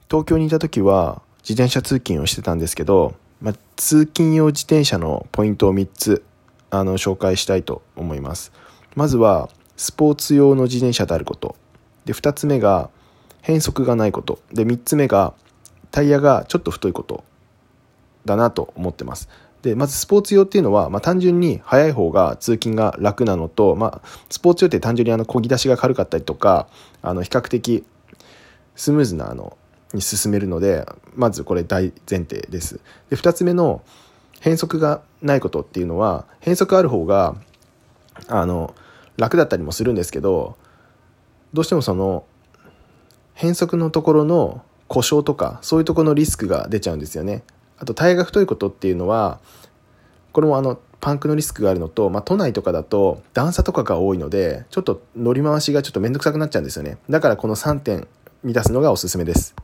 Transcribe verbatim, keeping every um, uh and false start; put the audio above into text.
東京にいた時は自転車通勤をしてたんですけど、まあ、通勤用自転車のポイントをみっつあの紹介したいと思います。まずはスポーツ用の自転車であること。で、ふたつめが変速がないこと。で、みっつめがタイヤがちょっと太いことだなと思ってます。で、まずスポーツ用っていうのは、まあ、単純に速い方が通勤が楽なのと、まあ、スポーツ用って単純にあの漕ぎ出しが軽かったりとか、あの比較的スムーズなあのに進めるので、まずこれ大前提です。で、ふたつめの変速がないことっていうのは、変速ある方があの楽だったりもするんですけど、どうしてもその変速のところの故障とかそういうところのリスクが出ちゃうんですよね。あとタイヤが太いことっていうのは、これもあのパンクのリスクがあるのと、まあ、都内とかだと段差とかが多いので、ちょっと乗り回しがちょっとめんどくさくなっちゃうんですよね。だからこのさんてん満たすのがおすすめです。